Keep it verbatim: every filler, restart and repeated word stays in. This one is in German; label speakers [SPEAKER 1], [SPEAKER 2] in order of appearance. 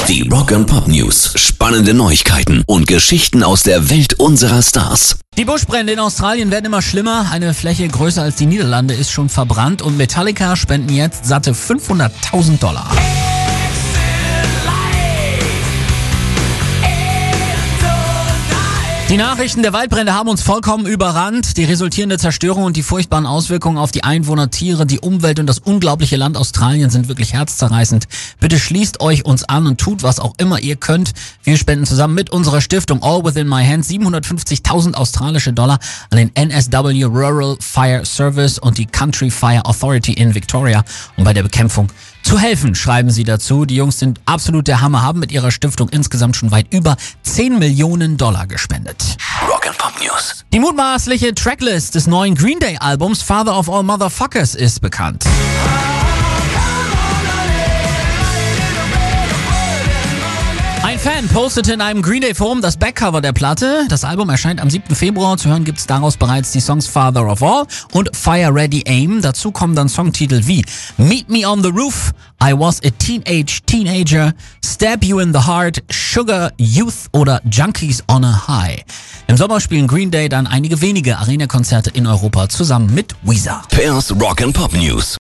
[SPEAKER 1] Die Rock and Pop News. Spannende Neuigkeiten und Geschichten aus der Welt unserer Stars.
[SPEAKER 2] Die Buschbrände in Australien werden immer schlimmer. Eine Fläche größer als die Niederlande ist schon verbrannt und Metallica spenden jetzt satte fünfhunderttausend Dollar. Die Nachrichten der Waldbrände haben uns vollkommen überrannt. Die resultierende Zerstörung und die furchtbaren Auswirkungen auf die Einwohner, Tiere, die Umwelt und das unglaubliche Land Australien sind wirklich herzzerreißend. Bitte schließt euch uns an und tut, was auch immer ihr könnt. Wir spenden zusammen mit unserer Stiftung All Within My Hands siebenhundertfünfzigtausend australische Dollar an den N S W Rural Fire Service und die Country Fire Authority in Victoria, um bei der Bekämpfung zu helfen, schreiben sie dazu. Die Jungs sind absolut der Hammer, haben mit ihrer Stiftung insgesamt schon weit über zehn Millionen Dollar gespendet.
[SPEAKER 1] Rock and Pop News.
[SPEAKER 2] Die mutmaßliche Tracklist des neuen Green Day Albums Father of All Motherfuckers ist bekannt. Ein Fan postete in einem Green Day Forum das Backcover der Platte. Das Album erscheint am siebten Februar. Zu hören gibt's daraus bereits die Songs Father of All und Fire Ready Aim. Dazu kommen dann Songtitel wie Meet Me on the Roof, I Was a Teenage Teenager, Stab You in the Heart, Sugar Youth oder Junkies on a High. Im Sommer spielen Green Day dann einige wenige Arena-Konzerte in Europa zusammen mit Weezer.
[SPEAKER 1] Pairs Rock and Pop News.